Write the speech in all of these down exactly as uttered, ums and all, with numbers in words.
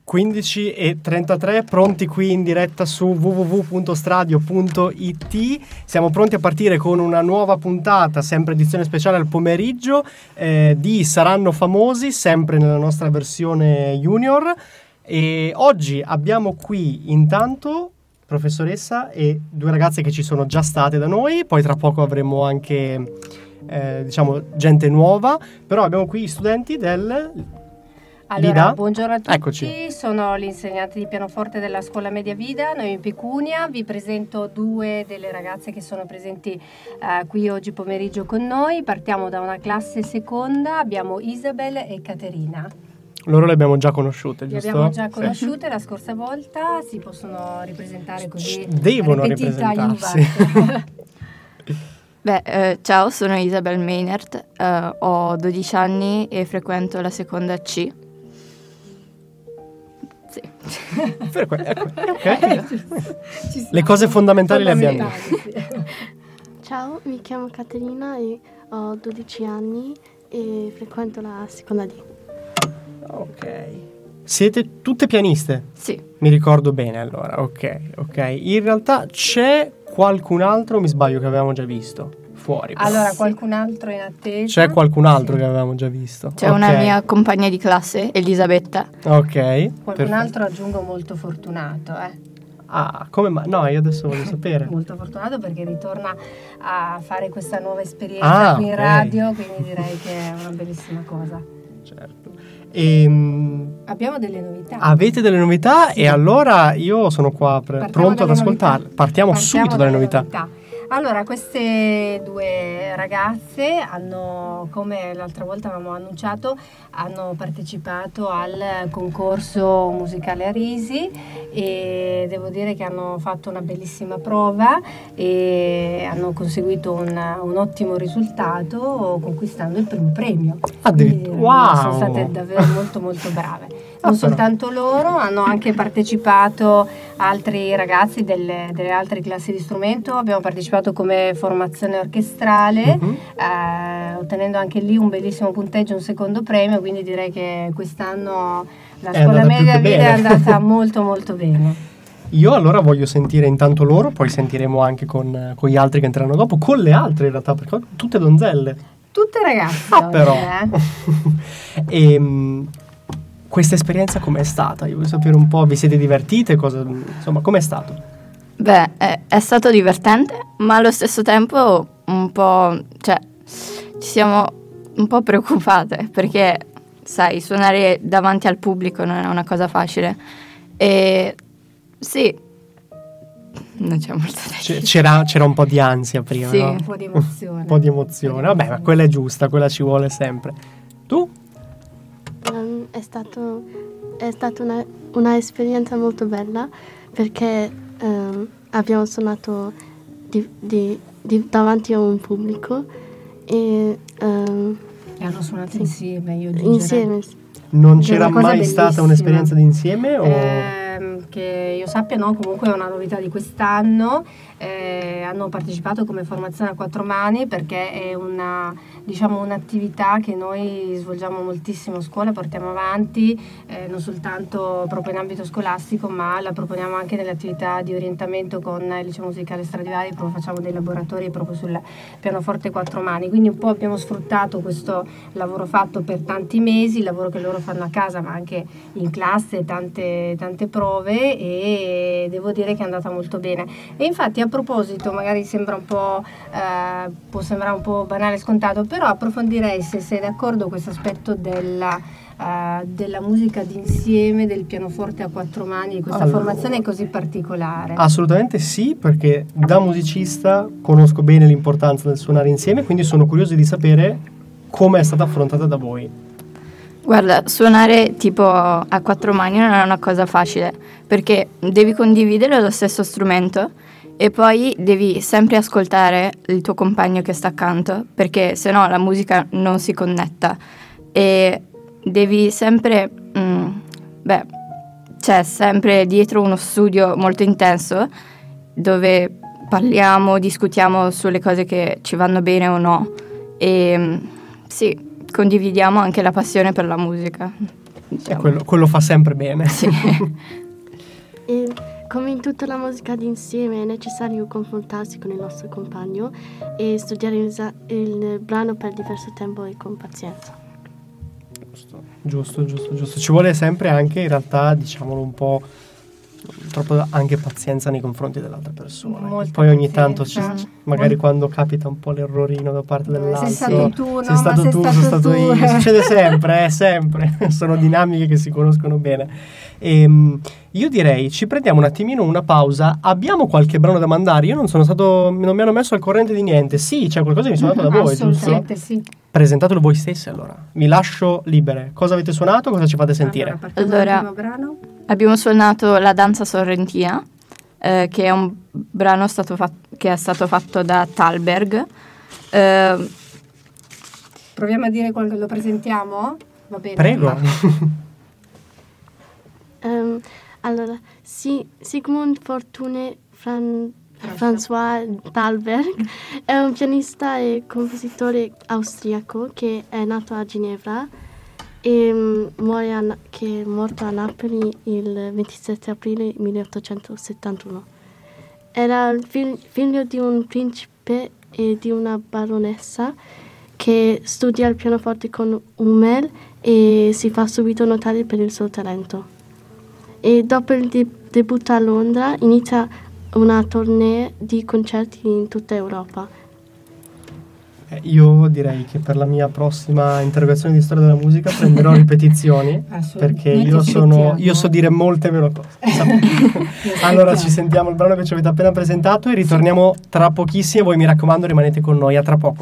quindici e trentatré, pronti qui in diretta su w w w punto stradio punto i t. Siamo pronti a partire con una nuova puntata, sempre edizione speciale al pomeriggio, eh, di Saranno Famosi, sempre nella nostra versione junior. E oggi abbiamo qui intanto professoressa e due ragazze che ci sono già state da noi, poi tra poco avremo anche eh, diciamo gente nuova, però abbiamo qui gli studenti del... Allora, Vida? Buongiorno a tutti, Eccoci. Sono l'insegnante di pianoforte della scuola media Vida, noi in Pecunia. Vi presento due delle ragazze che sono presenti eh, qui oggi pomeriggio con noi. Partiamo da una classe seconda, abbiamo Isabel e Caterina. Loro le abbiamo già conosciute, Le giusto? abbiamo già conosciute sì. La scorsa volta, si possono ripresentare così. Devono ripresentarsi. Beh, eh, ciao, sono Isabel Meinert, eh, ho dodici anni e frequento la seconda C. Sì. ecco, okay. Le cose fondamentali, le abbiamo. Ciao, mi chiamo Caterina e ho dodici anni e frequento la seconda D. Ok. Siete tutte pianiste? Sì. Mi ricordo bene allora, ok, ok. In realtà c'è qualcun altro, mi sbaglio, che avevamo già visto fuori? Però. Allora, qualcun altro in attesa? C'è qualcun altro sì. che avevamo già visto? C'è okay. una mia compagna di classe, Elisabetta. Ok. Qualcun perfetto. altro aggiungo molto fortunato, eh. Ah, come mai? No, io adesso voglio sapere. Molto fortunato perché ritorna a fare questa nuova esperienza ah, qui in okay. radio, quindi direi che è una bellissima cosa. Certo. E, abbiamo delle novità. Avete delle novità? Sì. E allora io sono qua pre- pronto ad ascoltarle. Partiamo, Partiamo subito dalle novità. novità. Allora, queste due ragazze hanno, come l'altra volta avevamo annunciato, hanno partecipato al concorso musicale a Risi e devo dire che hanno fatto una bellissima prova e hanno conseguito un, un ottimo risultato, conquistando il primo premio. Addirittura, wow! Sono state davvero molto molto brave. Non ah, soltanto loro, hanno anche partecipato altri ragazzi delle, delle altre classi di strumento, abbiamo partecipato come formazione orchestrale, uh-huh. eh, ottenendo anche lì un bellissimo punteggio, un secondo premio, quindi direi che quest'anno la è scuola media Vida è andata molto molto bene. Io allora voglio sentire intanto loro, poi sentiremo anche con, con gli altri che entreranno dopo, con le altre in realtà, perché tutte donzelle. Tutte ragazze. Ah, però. Eh. e, questa esperienza com'è stata? Io voglio sapere un po', vi siete divertite? Cosa, insomma, com'è stato? Beh, è, è stato divertente, ma allo stesso tempo un po', cioè, ci siamo un po' preoccupate, perché, sai, suonare davanti al pubblico non è una cosa facile. E sì, non c'è molto da dire. C'era, c'era un po' di ansia prima, sì. no? Un po' di emozione. un po' di emozione, vabbè, ma quella è giusta, quella ci vuole sempre. Tu? Um, è stato è stata una, una esperienza molto bella perché um, abbiamo suonato di, di, di davanti a un pubblico e, um, e hanno suonato sì. insieme, io insieme. Non c'era mai stata un'esperienza di insieme? O? Eh, che io sappia no, comunque è una novità di quest'anno. Eh, hanno partecipato come formazione a quattro mani perché è una, diciamo, un'attività che noi svolgiamo moltissimo a scuola, portiamo avanti eh, non soltanto proprio in ambito scolastico, ma la proponiamo anche nelle attività di orientamento con il liceo musicale Stradivari, proprio facciamo dei laboratori proprio sul pianoforte quattro mani, quindi un po' abbiamo sfruttato questo lavoro fatto per tanti mesi, il lavoro che loro fanno a casa ma anche in classe, tante, tante prove, e devo dire che è andata molto bene. E infatti a proposito, magari sembra un po' eh, può sembrare un po' banale e scontato, però approfondirei, se sei d'accordo, questo aspetto della, uh, della musica d'insieme, del pianoforte a quattro mani, di questa allora, formazione così particolare. Assolutamente sì, perché da musicista conosco bene l'importanza del suonare insieme, quindi sono curioso di sapere come è stata affrontata da voi. Guarda, suonare tipo a quattro mani non è una cosa facile, perché devi condividere lo stesso strumento e poi devi sempre ascoltare il tuo compagno che sta accanto, perché se no la musica non si connetta, e devi sempre, mm, beh, c'è sempre dietro uno studio molto intenso dove parliamo, discutiamo sulle cose che ci vanno bene o no, e sì, condividiamo anche la passione per la musica. E quello, quello fa sempre bene. Sì. E come in tutta la musica d'insieme è necessario confrontarsi con il nostro compagno e studiare il, il brano per diverso tempo e con pazienza. Giusto, giusto, giusto. Ci vuole sempre anche, in realtà, diciamolo un po', troppo anche pazienza nei confronti dell'altra persona. Molta Poi ogni pazienza. tanto, ci, magari quando capita un po' l'errorino da parte dell'altro, sei stato tu, no, sei stato ma tu, sei sono stato stato tu. io. Succede sempre, eh, sempre. Sono dinamiche che si conoscono bene. Ehm, io direi, ci prendiamo un attimino una pausa. Abbiamo qualche brano da mandare? Io non sono stato, non mi hanno messo al corrente di niente. Sì, c'è qualcosa che mi sono dato da voi, giusto? Assolutamente sì. Presentatelo voi stessi allora. Vi lascio libere. Cosa avete suonato? Cosa ci fate sentire? Allora, partiamo Allora, dal primo brano. Abbiamo suonato La danza sorrentina, eh, che è un brano stato fat- che è stato fatto da Thalberg. Eh, Proviamo a dire quello che lo presentiamo? Va bene. Prego. Um, allora, si- Sigmund Fortune Fran- François Thalberg è un pianista e compositore austriaco che è nato a Ginevra e um, muore a Na- che è morto a Napoli il ventisette aprile milleottocentosettantuno. Era il fig- figlio di un principe e di una baronessa che studia il pianoforte con Hummel e si fa subito notare per il suo talento. E dopo il de- debutto a Londra inizia una tournée di concerti in tutta Europa. Eh, io direi che per la mia prossima interrogazione di storia della musica prenderò ripetizioni perché Noi ti io sono aspettiamo. io so dire molte meno cose. Allora ci sentiamo il brano che ci avete appena presentato e ritorniamo tra pochissimo. Voi mi raccomando rimanete con noi, a tra poco.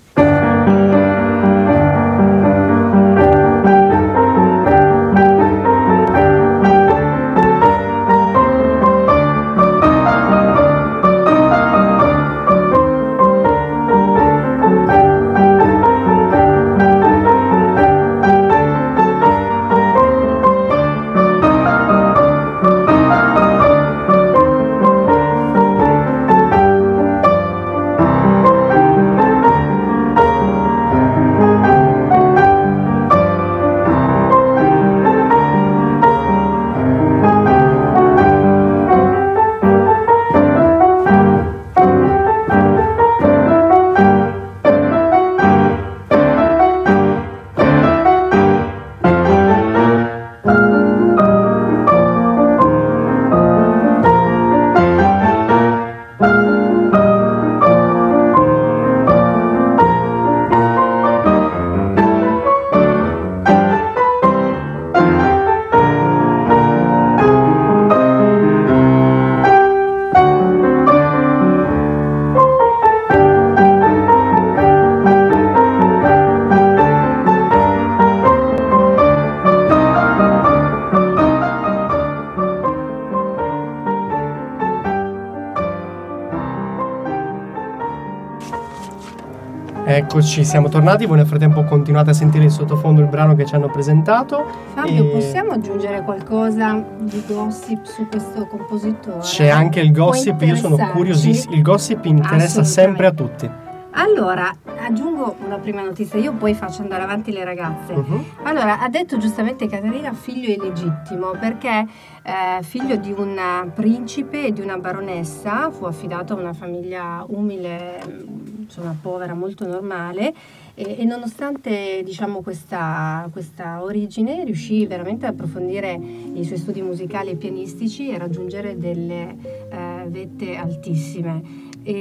Eccoci, siamo tornati. Voi nel frattempo continuate a sentire in sottofondo il brano che ci hanno presentato. Fabio, e possiamo aggiungere qualcosa di gossip su questo compositore? c'è anche il gossip, Può io sono interessarci? curiosissimo. Il gossip interessa sempre a tutti. Allora, aggiungo una prima notizia, io poi faccio andare avanti le ragazze. Mhm. Allora, ha detto giustamente Caterina figlio illegittimo perché eh, figlio di un principe e di una baronessa, fu affidato a una famiglia umile, insomma povera, molto normale, e, e nonostante diciamo questa, questa origine riuscì veramente ad approfondire i suoi studi musicali e pianistici e raggiungere delle eh, vette altissime.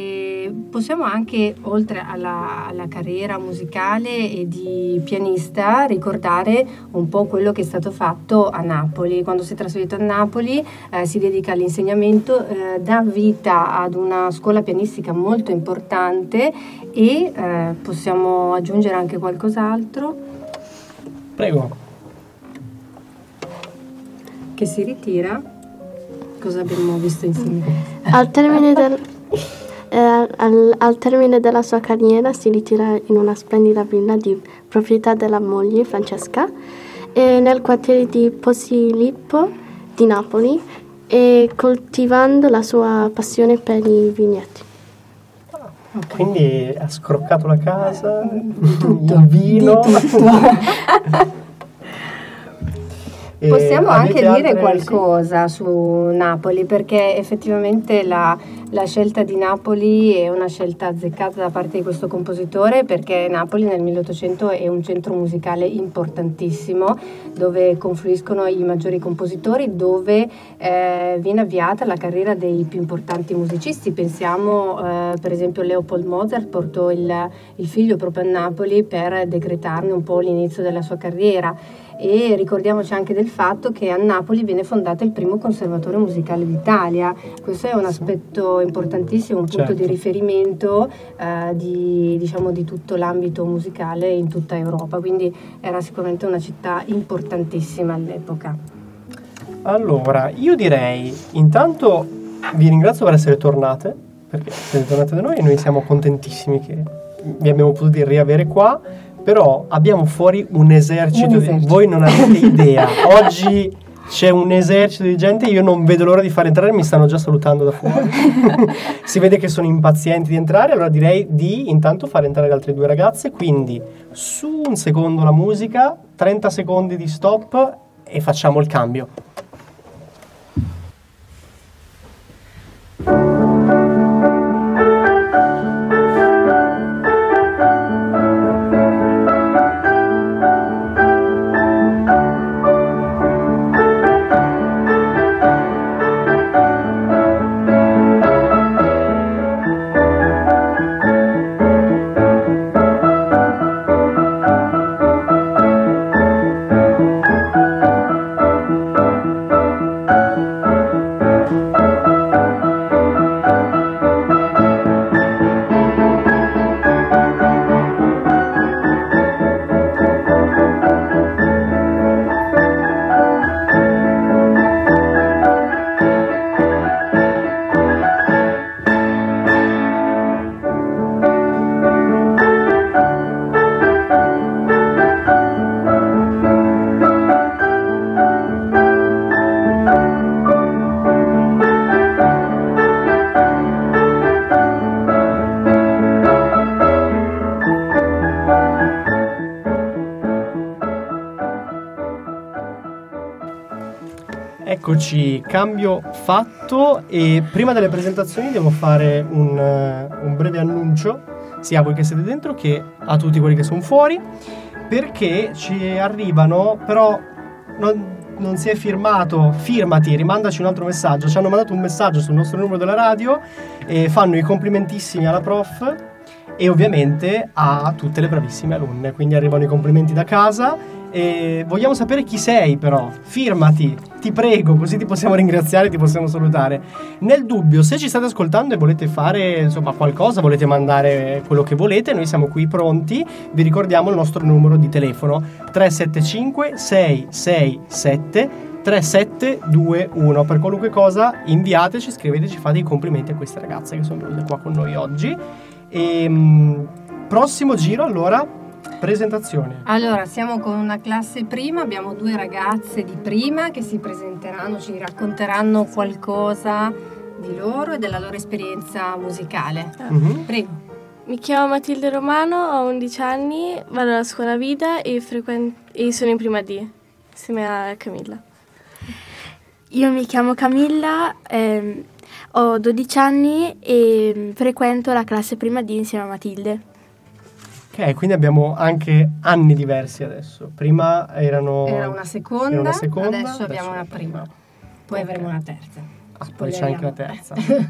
E possiamo anche, oltre alla, alla carriera musicale e di pianista, ricordare un po' quello che è stato fatto a Napoli. Quando si è trasferito a Napoli eh, si dedica all'insegnamento, eh, dà vita ad una scuola pianistica molto importante e eh, possiamo aggiungere anche qualcos'altro. Prego. Che si ritira. Cosa abbiamo visto insieme? Al termine del... Eh, al, al termine della sua carriera si ritira in una splendida villa di proprietà della moglie Francesca eh, nel quartiere di Posillipo di Napoli e coltivando la sua passione per i vigneti. Okay. Quindi ha scroccato la casa, Di tutto, il vino. di tutto. E possiamo anche dire altre... qualcosa su Napoli, perché effettivamente la, la scelta di Napoli è una scelta azzeccata da parte di questo compositore, perché Napoli nel milleottocento è un centro musicale importantissimo dove confluiscono i maggiori compositori, dove eh, viene avviata la carriera dei più importanti musicisti. Pensiamo eh, per esempio Leopold Mozart portò il, il figlio proprio a Napoli per decretarne un po' l'inizio della sua carriera. E ricordiamoci anche del fatto che a Napoli viene fondato il primo conservatorio musicale d'Italia. Questo è un aspetto importantissimo, un punto certo. di riferimento eh, di, diciamo, di tutto l'ambito musicale in tutta Europa, quindi era sicuramente una città importantissima all'epoca. Allora, io direi, intanto vi ringrazio per essere tornate, perché siete tornate da noi e noi siamo contentissimi che vi abbiamo potuto riavere qua. Però abbiamo fuori un esercito, un esercito. Di... voi non avete idea. Oggi c'è un esercito di gente, io non vedo l'ora di far entrare, mi stanno già salutando da fuori. Si vede che sono impazienti di entrare, allora direi di intanto far entrare le altre due ragazze, quindi su un secondo la musica, trenta secondi di stop e facciamo il cambio. Eccoci, cambio fatto e prima delle presentazioni devo fare un, uh, un breve annuncio sia a voi che siete dentro che a tutti quelli che sono fuori, perché ci arrivano, però non, non si è firmato, firmati, rimandaci un altro messaggio. Ci hanno mandato un messaggio sul nostro numero della radio e fanno i complimentissimi alla prof e ovviamente a tutte le bravissime alunne, quindi arrivano i complimenti da casa. E vogliamo sapere chi sei, però firmati, ti prego, così ti possiamo ringraziare, ti possiamo salutare. Nel dubbio, se ci state ascoltando e volete fare insomma qualcosa, volete mandare quello che volete, noi siamo qui pronti. Vi ricordiamo il nostro numero di telefono tre sette cinque sei sei sette tre sette due uno. Per qualunque cosa inviateci, scriveteci, fate i complimenti a queste ragazze che sono venute qua con noi oggi. E mh, prossimo giro allora, presentazione. Allora, siamo con una classe prima, abbiamo due ragazze di prima che si presenteranno, ci racconteranno qualcosa di loro e della loro esperienza musicale. Mm-hmm. Prego. Mi chiamo Matilde Romano, ho undici anni, vado alla scuola Vida e, frequen- e sono in prima D, insieme a Camilla. Io mi chiamo Camilla, ehm, ho dodici anni e frequento la classe prima D insieme a Matilde. Ok, quindi abbiamo anche anni diversi adesso. Prima erano... Era una seconda, era una seconda adesso, adesso abbiamo una prima. Poi Ok. avremo una terza. Ah, poi c'è anche la terza. Spoileriamo.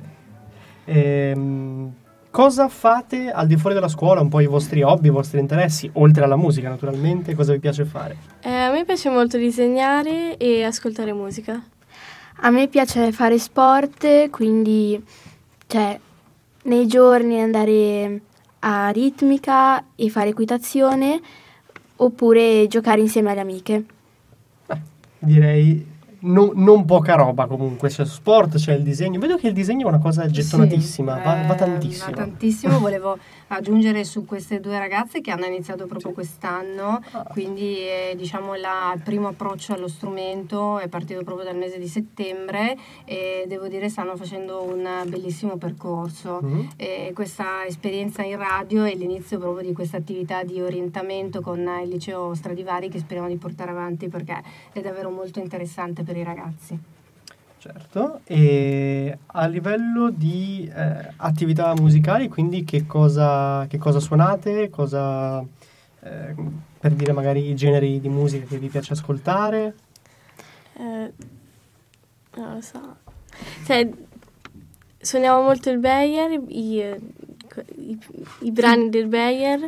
Ehm, cosa fate al di fuori della scuola? Un po' i vostri hobby, i vostri interessi, oltre alla musica naturalmente, cosa vi piace fare? Eh, a me piace molto disegnare e ascoltare musica. A me piace fare sport, quindi cioè, nei giorni andare a ritmica e fare equitazione oppure giocare insieme alle amiche. Direi non, non poca roba comunque, c'è sport, c'è il disegno. Vedo che il disegno è una cosa gettonatissima, sì, va, va eh, tantissimo. Va tantissimo, volevo aggiungere su queste due ragazze che hanno iniziato proprio Sì. quest'anno, Ah. quindi eh, diciamo la, il primo approccio allo strumento è partito proprio dal mese di settembre e devo dire stanno facendo un bellissimo percorso. Mhm. E questa esperienza in radio è l'inizio proprio di questa attività di orientamento con il liceo Stradivari che speriamo di portare avanti perché è davvero molto interessante per i ragazzi. Certo, e a livello di eh, attività musicali, quindi che cosa, che cosa suonate, cosa, eh, per dire magari i generi di musica che vi piace ascoltare? Eh, non lo so. Cioè, suoniamo molto il Beyer, i, i, i brani del Beyer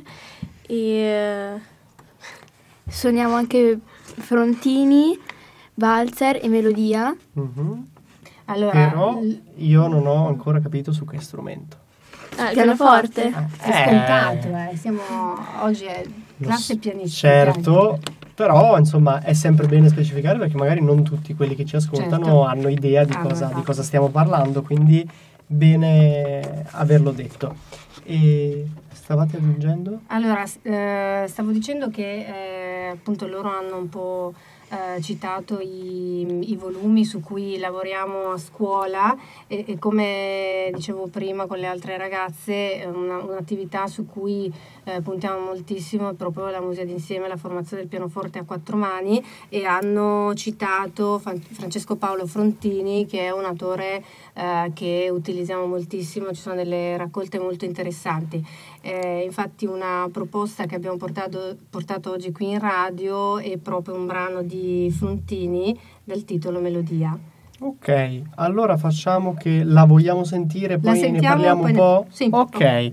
e Suoniamo anche frontini, valzer e melodia. Mhm. Allora, Però l- io non ho ancora capito su che strumento. ah, il Pianoforte. pianoforte. è scontato, eh. Siamo, oggi è classe pianistica. Certo, però insomma è sempre bene specificare perché magari non tutti quelli che ci ascoltano Certo. hanno idea di Ah, cosa, esatto. di cosa stiamo parlando, quindi bene averlo detto. E stavate aggiungendo? Allora, s- eh, stavo dicendo che eh, appunto loro hanno un po' eh, citato i, i volumi su cui lavoriamo a scuola e, e come dicevo prima con le altre ragazze, è una- un'attività su cui eh, puntiamo moltissimo è proprio la musica d'insieme, la formazione del pianoforte a quattro mani e hanno citato Fan- Francesco Paolo Frontini che è un autore eh, che utilizziamo moltissimo, ci sono delle raccolte molto interessanti. Eh, infatti una proposta che abbiamo portato, portato oggi qui in radio è proprio un brano di Frontini del titolo Melodia. Ok, allora facciamo che la vogliamo sentire, La poi ne sentiamo, parliamo poi un ne- po'? sì, Ok. ok.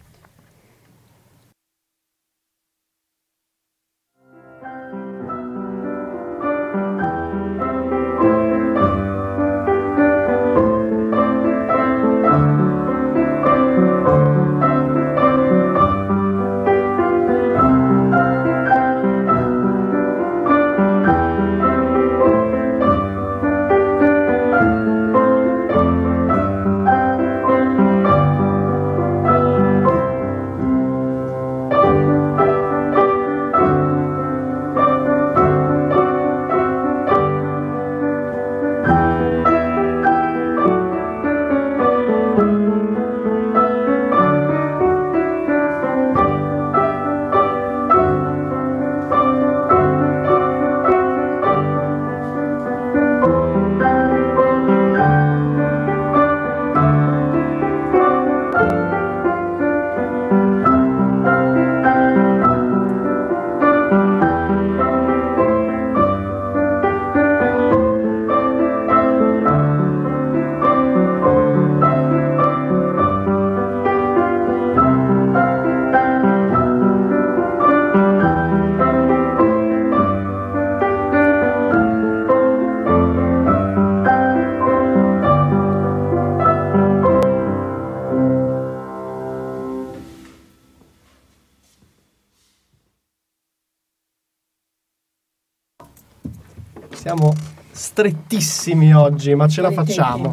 Siamo strettissimi oggi, ma ce la Per i facciamo.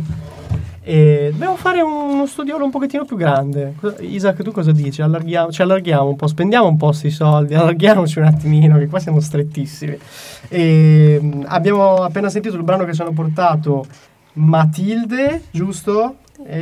E dobbiamo fare uno studiolo un pochettino più grande. Cosa- Isaac, tu cosa dici? Allarghiamo, ci allarghiamo un po', spendiamo un po' questi soldi, allarghiamoci un attimino, che qua siamo strettissimi. E, mh, abbiamo appena sentito il brano che ci hanno portato Matilde, giusto?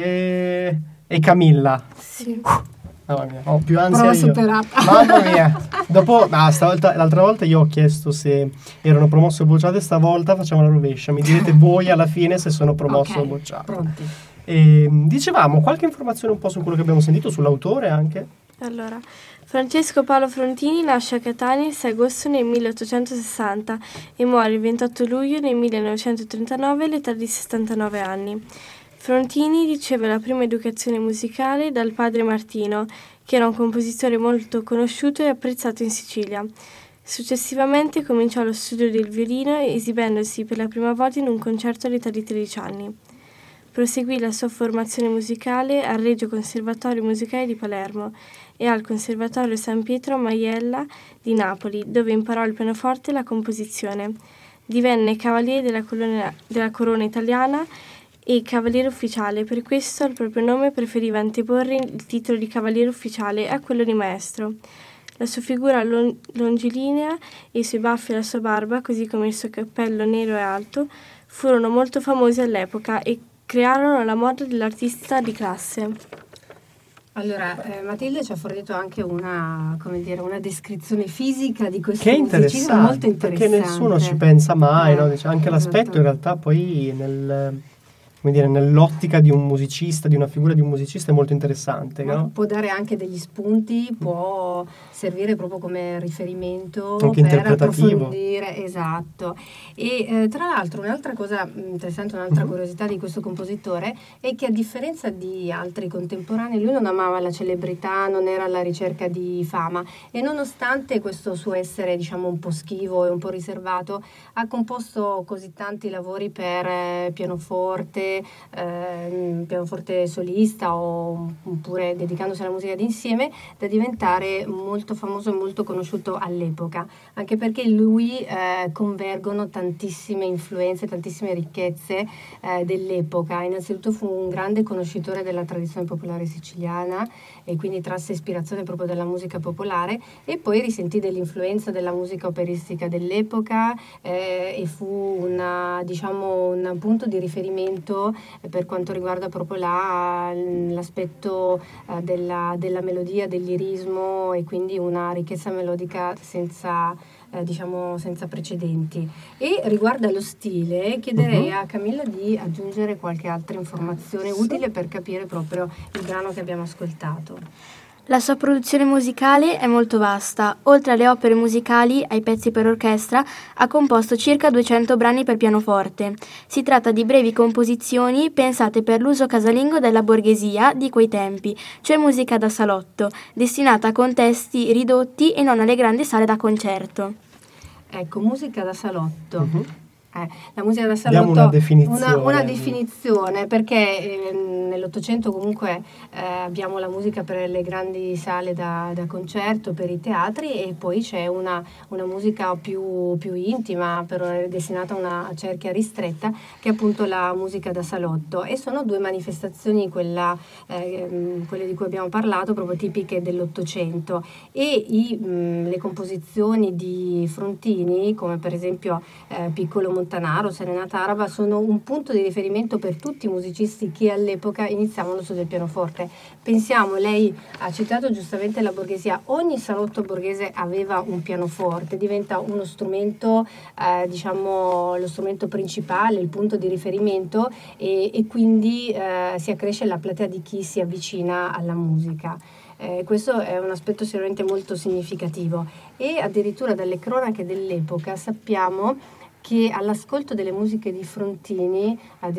E, e Camilla. Sì. Mamma mia, ho più ansia Prova io. superata. Mamma mia. Dopo, ah, stavolta, l'altra volta io ho chiesto se erano promosse o bocciate, stavolta facciamo la rovescia. Mi direte voi alla fine se sono promosse Ok, o bocciate. pronti. E, dicevamo, qualche informazione un po' su quello che abbiamo sentito, sull'autore anche? Allora, Francesco Paolo Frontini nasce a Catania il sei agosto nel milleottocentosessanta e muore il ventotto luglio nel millenovecentotrentanove all'età di sessantanove anni. Frontini riceve la prima educazione musicale dal padre Martino, che era un compositore molto conosciuto e apprezzato in Sicilia. Successivamente cominciò lo studio del violino, esibendosi per la prima volta in un concerto all'età di tredici anni. Proseguì la sua formazione musicale al Regio Conservatorio Musicale di Palermo e al Conservatorio San Pietro Maiella di Napoli, dove imparò il pianoforte e la composizione. Divenne cavaliere della, colonna, della corona italiana e cavaliere ufficiale. Per questo al proprio nome preferiva anteporre il titolo di cavaliere ufficiale a quello di maestro. La sua figura lon- longilinea e i suoi baffi e la sua barba, così come il suo cappello nero e alto, furono molto famosi all'epoca e crearono la moda dell'artista di classe. Allora, eh, Matilde ci ha fornito anche una, come dire, una descrizione fisica di questo che è musicista molto interessante. Perché nessuno ci pensa mai, eh, no? Dice, anche esatto. l'aspetto in realtà poi nel... come dire, nell'ottica di un musicista, di una figura di un musicista è molto interessante. No? Può dare anche degli spunti, può servire proprio come riferimento anche per interpretativo. Approfondire, esatto. E eh, tra l'altro un'altra cosa interessante, un'altra uh-huh. curiosità di questo compositore è che a differenza di altri contemporanei lui non amava la celebrità, non era alla ricerca di fama e nonostante questo suo essere diciamo un po' schivo e un po' riservato ha composto così tanti lavori per eh, pianoforte, Eh, pianoforte solista o, oppure dedicandosi alla musica d'insieme da diventare molto famoso e molto conosciuto all'epoca, anche perché in lui eh, convergono tantissime influenze, tantissime ricchezze eh, dell'epoca. Innanzitutto fu un grande conoscitore della tradizione popolare siciliana e quindi trasse ispirazione proprio dalla musica popolare e poi risentì dell'influenza della musica operistica dell'epoca eh, e fu una, diciamo, un punto di riferimento per quanto riguarda proprio la, l'aspetto uh, della, della melodia, del lirismo e quindi una ricchezza melodica senza, eh, diciamo, senza precedenti. E riguardo allo stile chiederei uh-huh. a Camilla di aggiungere qualche altra informazione utile per capire proprio il brano che abbiamo ascoltato. La sua produzione musicale è molto vasta. Oltre alle opere musicali, ai pezzi per orchestra, ha composto circa duecento brani per pianoforte. Si tratta di brevi composizioni pensate per l'uso casalingo della borghesia di quei tempi, cioè musica da salotto, destinata a contesti ridotti e non alle grandi sale da concerto. Ecco, musica da salotto. Uh-huh. Eh, la musica da salotto, una definizione. Una, una definizione perché eh, nell'Ottocento comunque eh, abbiamo la musica per le grandi sale da, da concerto, per i teatri e poi c'è una, una musica più, più intima, però destinata a una cerchia ristretta, che è appunto la musica da salotto e sono due manifestazioni, quella, eh, quelle di cui abbiamo parlato, proprio tipiche dell'Ottocento e i, mh, le composizioni di Frontini, come per esempio eh, Piccolo Montanaro, Serenata Araba, sono un punto di riferimento per tutti i musicisti che all'epoca iniziavano su del pianoforte. Pensiamo, lei ha citato giustamente la borghesia, ogni salotto borghese aveva un pianoforte, diventa uno strumento, eh, diciamo lo strumento principale, il punto di riferimento e, e quindi eh, si accresce la platea di chi si avvicina alla musica. Eh, questo è un aspetto sicuramente molto significativo e addirittura dalle cronache dell'epoca sappiamo che all'ascolto delle musiche di Frontini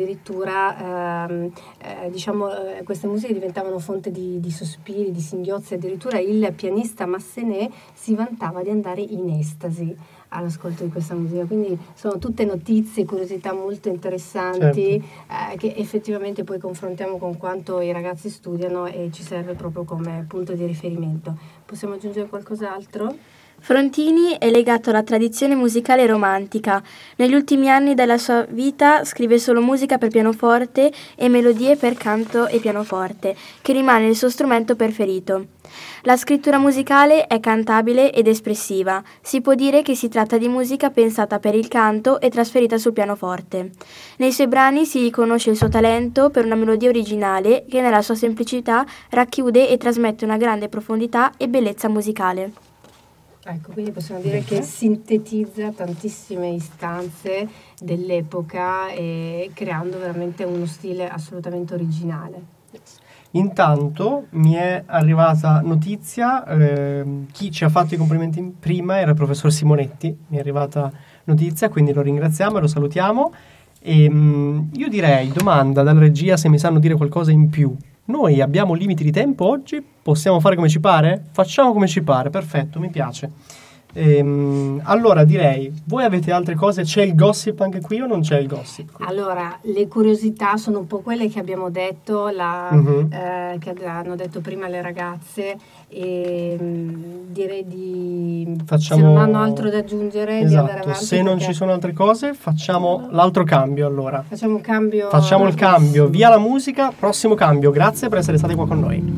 addirittura ehm, eh, diciamo eh, queste musiche diventavano fonte di, di sospiri, di singhiozzi, addirittura il pianista Massenet si vantava di andare in estasi all'ascolto di questa musica, quindi sono tutte notizie, curiosità molto interessanti, certo. eh, che effettivamente poi confrontiamo con quanto i ragazzi studiano e ci serve proprio come punto di riferimento. Possiamo aggiungere qualcos'altro? Frontini è legato alla tradizione musicale romantica. Negli ultimi anni della sua vita scrive solo musica per pianoforte e melodie per canto e pianoforte, che rimane il suo strumento preferito. La scrittura musicale è cantabile ed espressiva. Si può dire che si tratta di musica pensata per il canto e trasferita sul pianoforte. Nei suoi brani si riconosce il suo talento per una melodia originale che nella sua semplicità racchiude e trasmette una grande profondità e bellezza musicale. Ecco, quindi possiamo dire che sintetizza tantissime istanze dell'epoca e creando veramente uno stile assolutamente originale. Intanto mi è arrivata notizia, eh, chi ci ha fatto i complimenti prima era il professor Simonetti, mi è arrivata notizia, quindi lo ringraziamo e lo salutiamo. E, mh, io direi, domanda dalla regia se mi sanno dire qualcosa in più. Noi abbiamo limiti di tempo oggi? Possiamo fare come ci pare? Facciamo come ci pare, perfetto, mi piace. Ehm, allora direi, voi avete altre cose? C'è il gossip anche qui o non c'è il gossip qui? Allora, le curiosità sono un po' quelle che abbiamo detto, la, Mhm. eh, che hanno detto prima le ragazze, e mh, direi di, Facciamo- se non hanno altro da aggiungere, di andare Esatto, avanti. se non perché ci sono altre cose facciamo l'altro cambio allora. Facciamo un cambio. Facciamo il rapidissimo. cambio, via la musica, prossimo cambio. Grazie per essere stati qua con noi.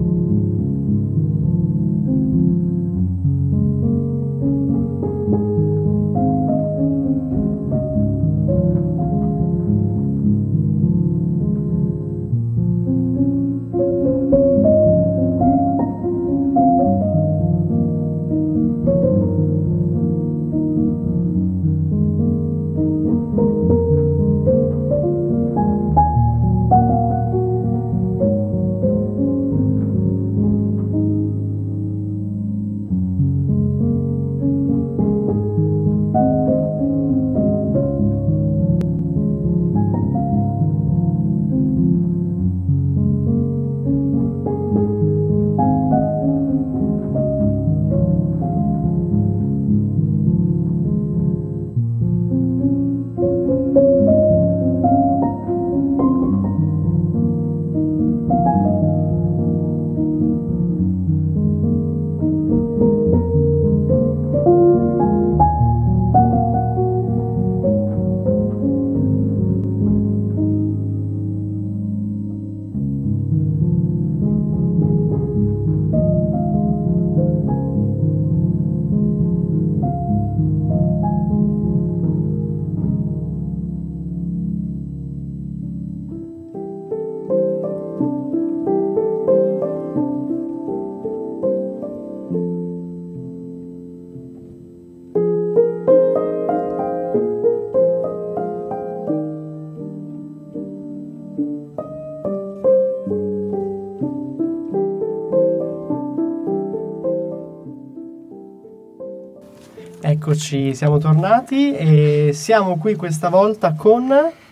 Eccoci, siamo tornati e siamo qui questa volta con...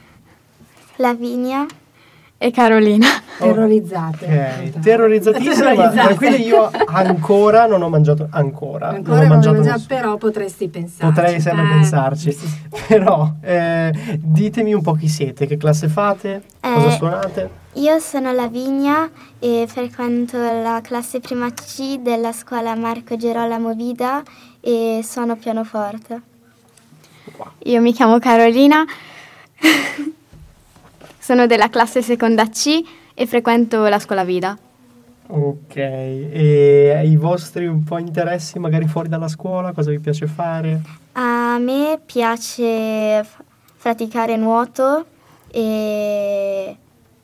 Lavinia e Carolina. Terrorizzate. Ok, terrorizzatissima, ma tranquilla, io ancora non ho mangiato, ancora, Ancora non ho non mangiato mangiato, nessuno. però potresti pensarci. Potrei sempre Eh, pensarci, sì. però eh, ditemi un po' chi siete, che classe fate, cosa Eh, suonate? Io sono Lavinia e frequento la classe prima C della scuola Marco Gerolamo Vida e suono pianoforte. Io mi chiamo Carolina, sono della classe seconda C e frequento la scuola Vida. Ok, e i vostri un po' interessi magari fuori dalla scuola, cosa vi piace fare? A me piace f- praticare nuoto e,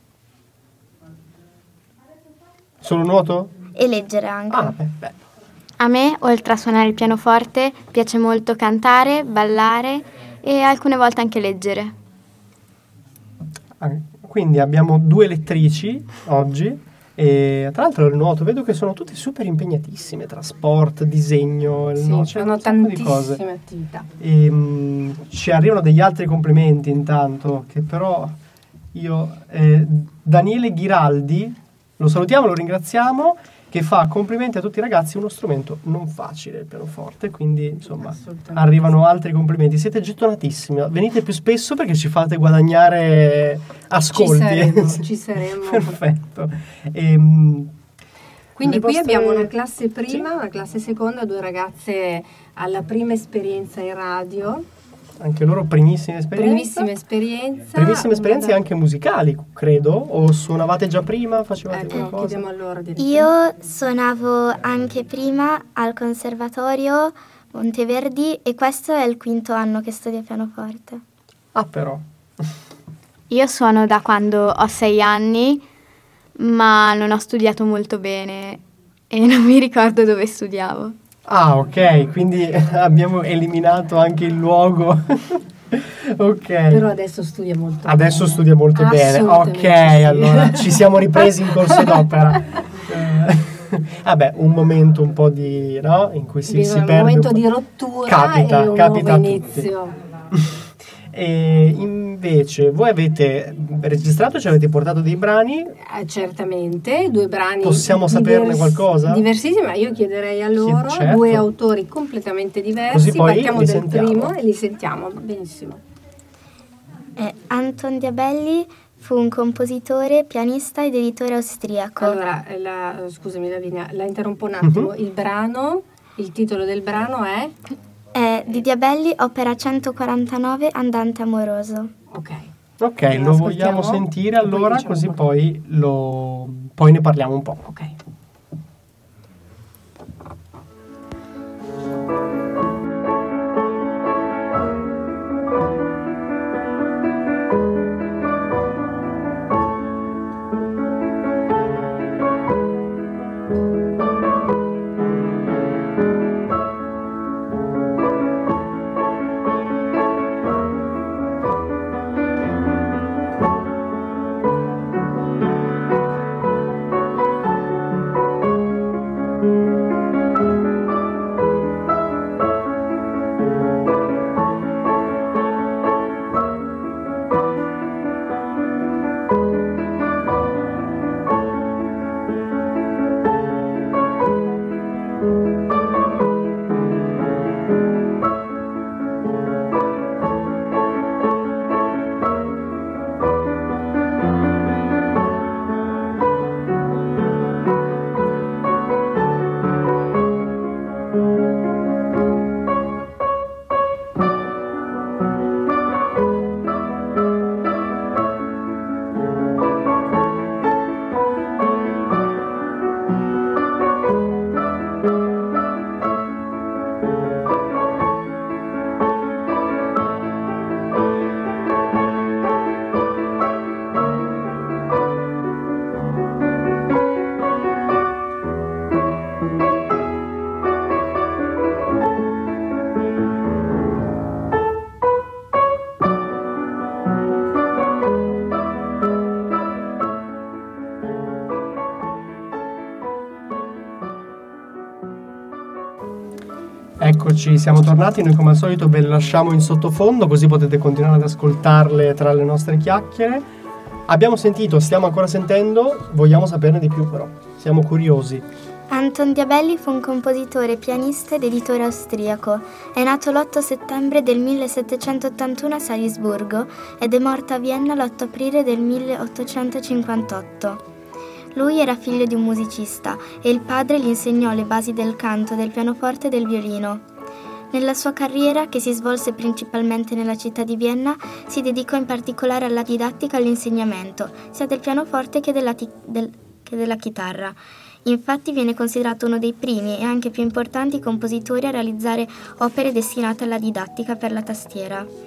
Solo nuoto? e leggere anche. Ah, beh, beh. A me, oltre a suonare il pianoforte, piace molto cantare, ballare e alcune volte anche leggere. Ah, quindi abbiamo due lettrici oggi e tra l'altro il nuoto vedo che sono tutte super impegnatissime tra sport, disegno, il Sì, nuoto, c'è sono un sacco di cose. tantissime attività. E, mh, ci arrivano degli altri complimenti intanto, che però io, eh, Daniele Ghiraldi, lo salutiamo, lo ringraziamo, che fa complimenti a tutti i ragazzi, uno strumento non facile il pianoforte, quindi insomma Assolutamente. arrivano altri complimenti, siete gettonatissimi, venite più spesso perché ci fate guadagnare ascolti. Ci saremo, ci saremo. Perfetto. Ehm, Quindi le qui vostre- abbiamo una classe prima, Sì. una classe seconda, due ragazze alla prima esperienza in radio, Anche loro primissime esperienze. primissima esperienza. Primissime esperienze Una- anche musicali, credo, o suonavate già prima, facevate Ecco, qualcosa? chiediamo a loro direttamente. Io suonavo anche prima al Conservatorio Monteverdi e questo è il quinto anno che studio pianoforte. Ah, però. Io suono da quando ho sei anni, ma non ho studiato molto bene e non mi ricordo dove studiavo. Ah, ok, quindi abbiamo eliminato anche il luogo. Ok. Però adesso studia molto Adesso bene. studia molto bene. Ok, Assolutamente sì. allora ci siamo ripresi in corso d'opera. Eh, Vabbè, un momento un po' di, no? In cui si, Vive si un perde. momento un po'. di rottura Capita, e un capita nuovo a tutti. inizio. E invece voi avete registrato, ci avete portato dei brani? Eh, certamente, due brani. Possiamo saperne qualcosa? Diversissimi, ma io chiederei a loro, certo. Due autori completamente diversi. Così poi partiamo li dal sentiamo. primo e li sentiamo, benissimo. Eh, Anton Diabelli fu un compositore, pianista ed editore austriaco. Allora, la, scusami Lavinia, la interrompo un attimo. Mm-hmm. Il brano, il titolo del brano è? È di Diabelli, opera centoquarantanove, Andante amoroso. Ok. Ok, Allora, lo vogliamo ascoltiamo sentire e poi allora, diciamo così qualcosa. poi, lo, poi ne parliamo un po'. Ok. Eccoci, siamo tornati, noi come al solito ve le lasciamo in sottofondo così potete continuare ad ascoltarle tra le nostre chiacchiere. Abbiamo sentito, stiamo ancora sentendo, vogliamo saperne di più però, siamo curiosi. Anton Diabelli fu un compositore, pianista ed editore austriaco. È nato l'otto settembre del millesettecentottantuno a Salisburgo ed è morto a Vienna l'otto aprile del milleottocentocinquantotto. Lui era figlio di un musicista e il padre gli insegnò le basi del canto, del pianoforte e del violino. Nella sua carriera, che si svolse principalmente nella città di Vienna, si dedicò in particolare alla didattica e all'insegnamento, sia del pianoforte che della, ti- del- che della chitarra. Infatti viene considerato uno dei primi e anche più importanti compositori a realizzare opere destinate alla didattica per la tastiera.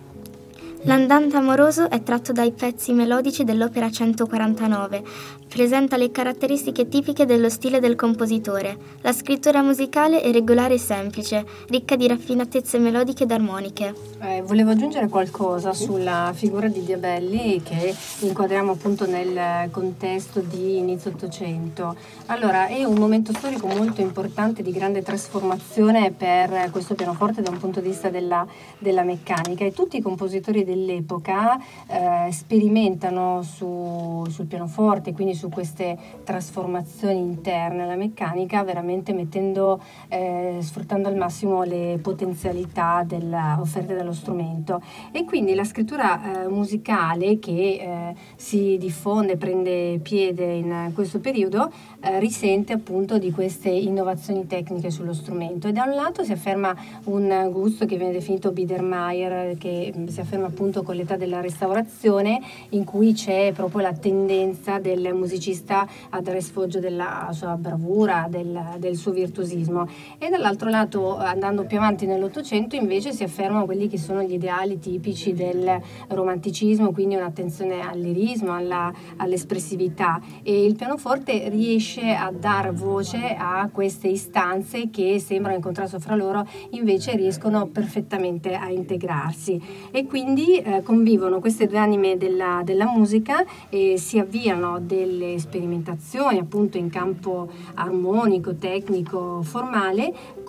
L'Andante amoroso è tratto dai pezzi melodici dell'opera centoquarantanove. Presenta le caratteristiche tipiche dello stile del compositore. La scrittura musicale è regolare e semplice, ricca di raffinatezze melodiche ed armoniche. Eh, volevo aggiungere qualcosa sulla figura di Diabelli che inquadriamo appunto nel contesto di inizio Ottocento. Allora, è un momento storico molto importante di grande trasformazione per questo pianoforte da un punto di vista della, della meccanica, e tutti i compositori dell'epoca eh, sperimentano su, sul pianoforte, quindi su queste trasformazioni interne alla meccanica, veramente mettendo, eh, sfruttando al massimo le potenzialità della, offerte dallo strumento. E quindi la scrittura eh, musicale che eh, si diffonde, prende piede in questo periodo, eh, risente appunto di queste innovazioni tecniche sullo strumento, e da un lato si afferma un gusto che viene definito Biedermeier, che si afferma appunto con l'età della restaurazione, in cui c'è proprio la tendenza del musicista a dare sfoggio della sua bravura, del, del suo virtuosismo, e dall'altro lato, andando più avanti nell'Ottocento, invece si affermano quelli che sono gli ideali tipici del romanticismo, quindi un'attenzione al lirismo, alla, all'espressività, e il pianoforte riesce a dar voce a queste istanze che sembrano in contrasto fra loro, invece riescono perfettamente a integrarsi, e quindi eh, convivono queste due anime della, della musica e si avviano delle sperimentazioni appunto in campo armonico, tecnico, formale,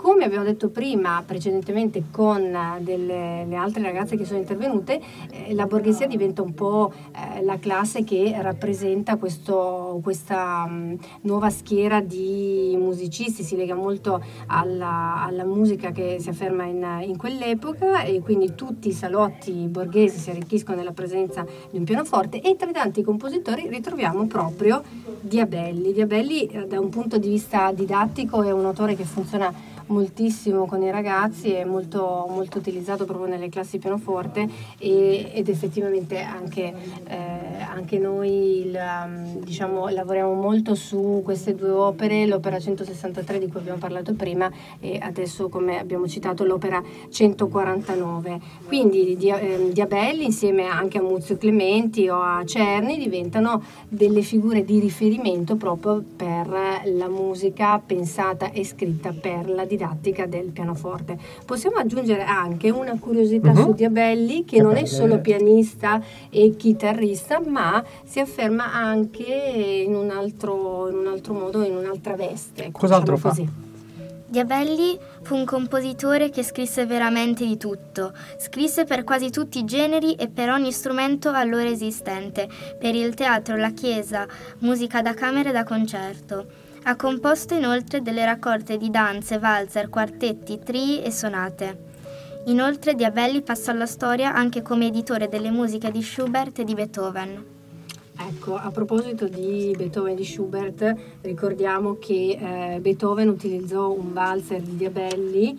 come abbiamo detto prima, precedentemente con delle, le altre ragazze che sono intervenute, eh, la borghesia diventa un po' eh, la classe che rappresenta questo, questa mh, nuova schiera di musicisti, si lega molto alla, alla musica che si afferma in, in quell'epoca, e quindi tutti i salotti borghesi si arricchiscono nella presenza di un pianoforte, e tra i tanti compositori ritroviamo proprio Diabelli. Diabelli eh, da un punto di vista didattico è un autore che funziona moltissimo con i ragazzi, è molto, molto utilizzato proprio nelle classi pianoforte, e, ed effettivamente anche, eh, anche noi il, um, diciamo, lavoriamo molto su queste due opere, l'opera centosessantatré di cui abbiamo parlato prima, e adesso, come abbiamo citato, l'opera centoquarantanove. Quindi di, eh, Diabelli, insieme anche a Muzio Clementi o a Cerni, diventano delle figure di riferimento proprio per la musica pensata e scritta per la didattica del pianoforte. Possiamo aggiungere anche una curiosità uh-huh. su Diabelli, che, che non bello, è solo pianista e chitarrista, ma si afferma anche in un altro, in un altro modo, in un'altra veste. Cos'altro diciamo fa? Così. Diabelli fu un compositore che scrisse veramente di tutto. Scrisse per quasi tutti i generi e per ogni strumento allora esistente, per il teatro, la chiesa, musica da camera e da concerto. Ha composto inoltre delle raccolte di danze, valzer, quartetti, trii e sonate. Inoltre Diabelli passa alla storia anche come editore delle musiche di Schubert e di Beethoven. Ecco, a proposito di Beethoven e di Schubert, ricordiamo che eh, Beethoven utilizzò un valzer di Diabelli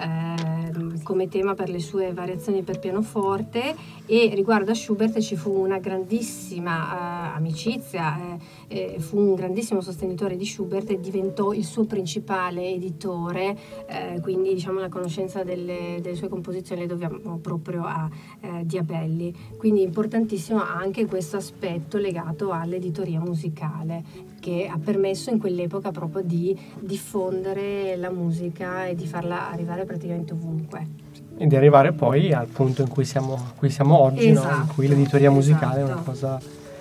eh, come tema per le sue variazioni per pianoforte, e riguardo a Schubert ci fu una grandissima eh, amicizia, eh, eh, fu un grandissimo sostenitore di Schubert e diventò il suo principale editore, eh, quindi diciamo la conoscenza delle, delle sue composizioni le dobbiamo proprio a eh, Diabelli. Quindi importantissimo anche questo aspetto legato all'editoria musicale, che ha permesso in quell'epoca proprio di diffondere la musica e di farla arrivare praticamente ovunque. E di arrivare poi al punto in cui siamo, qui siamo oggi, esatto, no? In cui l'editoria musicale esatto. è una cosa...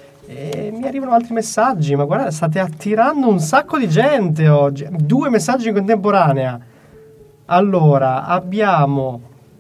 E mi arrivano altri messaggi, ma guarda, state attirando un sacco di gente oggi. Due messaggi in contemporanea. Allora, abbiamo...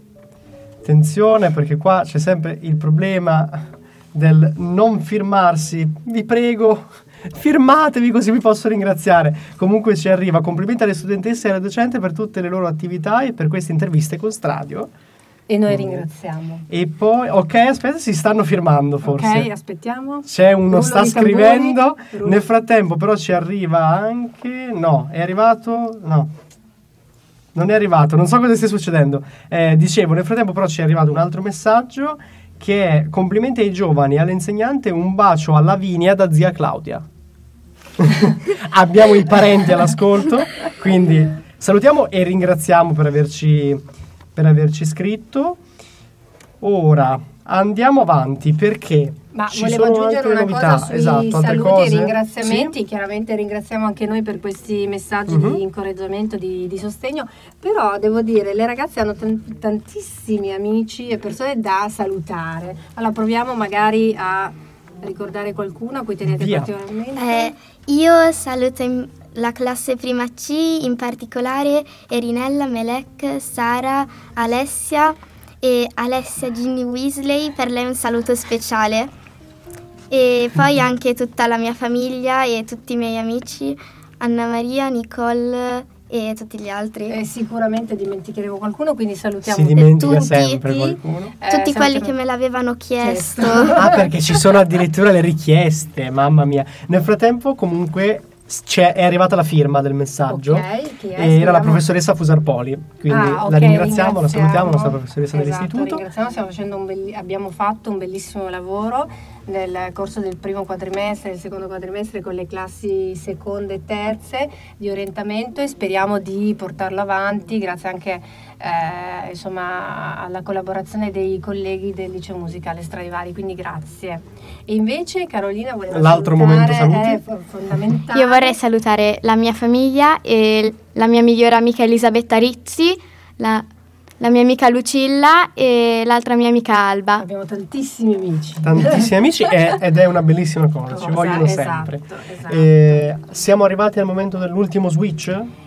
Attenzione, perché qua c'è sempre il problema del non firmarsi. Vi prego, firmatevi così vi posso ringraziare. Comunque ci arriva: complimenti alle studentesse e alle docenti per tutte le loro attività e per queste interviste con Stradio. E noi ringraziamo. E poi, ok, aspetta, si stanno firmando forse. Ok, aspettiamo. C'è uno, Rullo sta di scrivendo. tamburi. Nel frattempo però ci arriva anche... No, è arrivato... No. Non è arrivato, non so cosa stia succedendo. Eh, dicevo, nel frattempo però ci è arrivato un altro messaggio che è: complimenti ai giovani e all'insegnante, un bacio a Lavinia da zia Claudia. Abbiamo i parenti all'ascolto, quindi salutiamo e ringraziamo per averci, per averci scritto. Ora andiamo avanti, perché Ma ci volevo sono aggiungere altre una novità. cosa sui Esatto, altre saluti cose. e ringraziamenti. Sì? Chiaramente ringraziamo anche noi per questi messaggi Mhm. di incoraggiamento, di, di sostegno, però devo dire, le ragazze hanno tan- tantissimi amici e persone da salutare. Allora proviamo magari a ricordare qualcuno a cui tenete Via. particolarmente. Eh, io saluto in- la classe prima C, in particolare Erinella, Melek, Sara, Alessia e Alessia Ginny Weasley, per lei un saluto speciale. E poi anche tutta la mia famiglia e tutti i miei amici, Anna Maria, Nicole e tutti gli altri. Eh, sicuramente dimenticheremo qualcuno, quindi salutiamo Si dimentica tutti, sempre qualcuno. eh, tutti quelli sempre- che me l'avevano chiesto. Ah, perché ci sono addirittura le richieste, mamma mia. Nel frattempo comunque c'è, è arrivata la firma del messaggio. Ok, chi è? E era la Speriamo- professoressa Fusarpoli, quindi Ah, ok, la ringraziamo, la salutiamo, la nostra ringraziamo. professoressa Esatto, dell'istituto. ringraziamo, stiamo facendo un belli- abbiamo fatto un bellissimo lavoro nel corso del primo quadrimestre e del secondo quadrimestre con le classi seconde e terze di orientamento, e speriamo di portarlo avanti grazie anche eh, insomma alla collaborazione dei colleghi del liceo musicale Stradivari, quindi grazie. E invece Carolina voleva L'altro momento saluti. è fo- fondamentale. Io vorrei salutare la mia famiglia e la mia migliore amica Elisabetta Rizzi, la, la mia amica Lucilla e l'altra mia amica Alba. Abbiamo tantissimi amici. Tantissimi amici e- ed è una bellissima cosa, ci Cosa, vogliono esatto, sempre. esatto. Eh, siamo arrivati al momento dell'ultimo switch?